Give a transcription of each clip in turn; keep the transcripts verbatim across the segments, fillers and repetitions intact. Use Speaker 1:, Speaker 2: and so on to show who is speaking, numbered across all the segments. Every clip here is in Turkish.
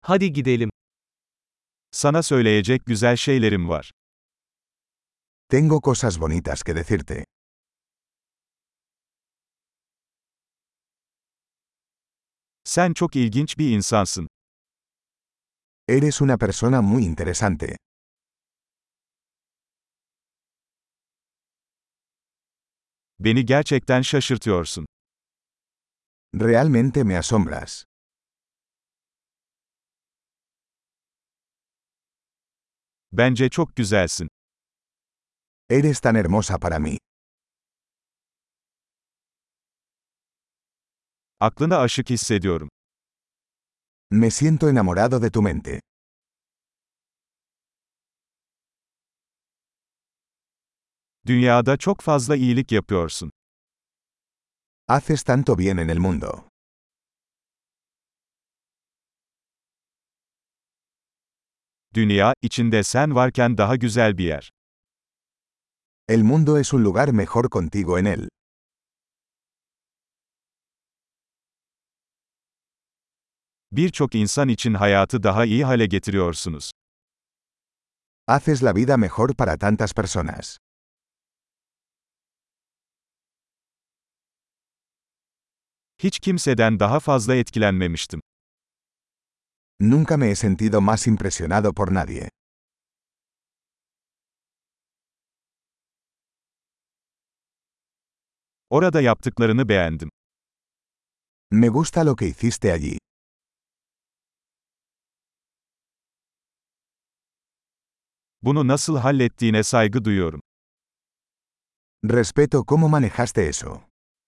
Speaker 1: Hadi gidelim.
Speaker 2: Sana söyleyecek güzel şeylerim var.
Speaker 3: Tengo cosas bonitas que decirte.
Speaker 2: Sen çok ilginç bir insansın.
Speaker 3: Eres una persona muy interesante.
Speaker 2: Beni gerçekten şaşırtıyorsun.
Speaker 3: Realmente me asombras.
Speaker 2: Bence çok güzelsin.
Speaker 3: Eres tan hermosa para mí.
Speaker 2: Aklına aşık hissediyorum.
Speaker 3: Me siento enamorado de tu mente.
Speaker 2: Dünyada çok fazla iyilik yapıyorsun.
Speaker 3: Haces tanto bien en el mundo.
Speaker 2: Dünya, içinde sen varken daha güzel bir yer.
Speaker 3: El mundo es un lugar mejor contigo en él.
Speaker 2: Birçok insan için hayatı daha iyi hale getiriyorsunuz.
Speaker 3: Haces la vida mejor para tantas personas.
Speaker 2: Hiç kimseden daha fazla etkilenmemiştim.
Speaker 3: Nunca me he sentido más impresionado por nadie.
Speaker 2: Orada yaptıklarını beğendim.
Speaker 3: Me gusta lo que hiciste allí.
Speaker 2: Bunu nasıl hallettiğine saygı duyuyorum.
Speaker 3: Respeto cómo manejaste eso.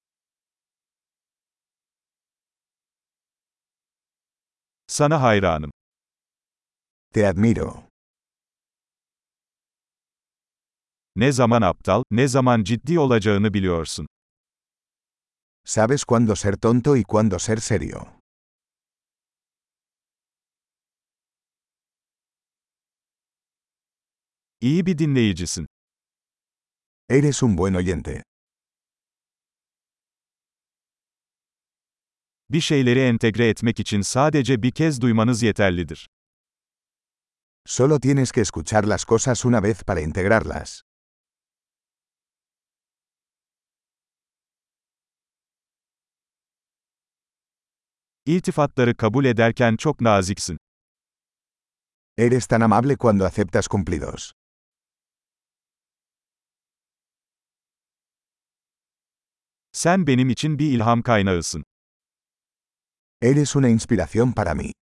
Speaker 2: Sana hayranım.
Speaker 3: Te admiro.
Speaker 2: Ne zaman aptal, ne zaman ciddi olacağını biliyorsun.
Speaker 3: Sabes cuándo ser tonto y cuándo ser serio.
Speaker 2: İyi bir dinleyicisin.
Speaker 3: Eres un buen oyente.
Speaker 2: Bir şeyleri entegre etmek için sadece bir kez duymanız yeterlidir.
Speaker 3: Solo tienes que escuchar las cosas una vez para integrarlas.
Speaker 2: İltifatları kabul ederken çok naziksin.
Speaker 3: Eres tan amable cuando aceptas cumplidos.
Speaker 2: Sen benim için bir ilham kaynağısın.
Speaker 3: Eres una inspiración para mí.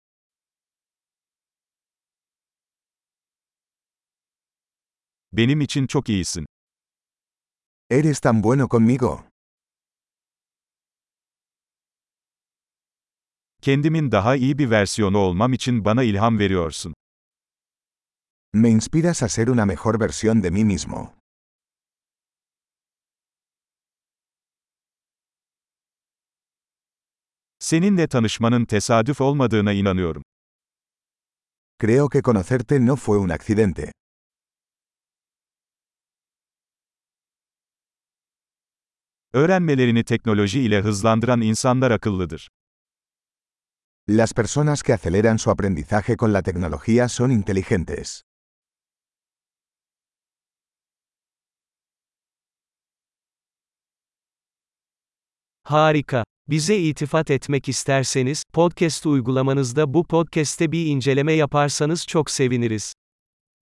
Speaker 2: Benim için çok iyisin.
Speaker 3: Eres tan bueno conmigo.
Speaker 2: Kendimin daha iyi bir versiyonu olmam için bana ilham veriyorsun.
Speaker 3: Me inspiras a ser una mejor versión de mí mismo.
Speaker 2: Seninle tanışmanın tesadüf olmadığına inanıyorum.
Speaker 3: Creo que conocerte no fue un accidente.
Speaker 2: Öğrenmelerini teknoloji ile hızlandıran insanlar akıllıdır.
Speaker 3: Las personas que aceleran su aprendizaje con la tecnología son inteligentes.
Speaker 1: Harika. Bize iltifat etmek isterseniz, podcast uygulamanızda bu podcast'te bir inceleme yaparsanız çok seviniriz.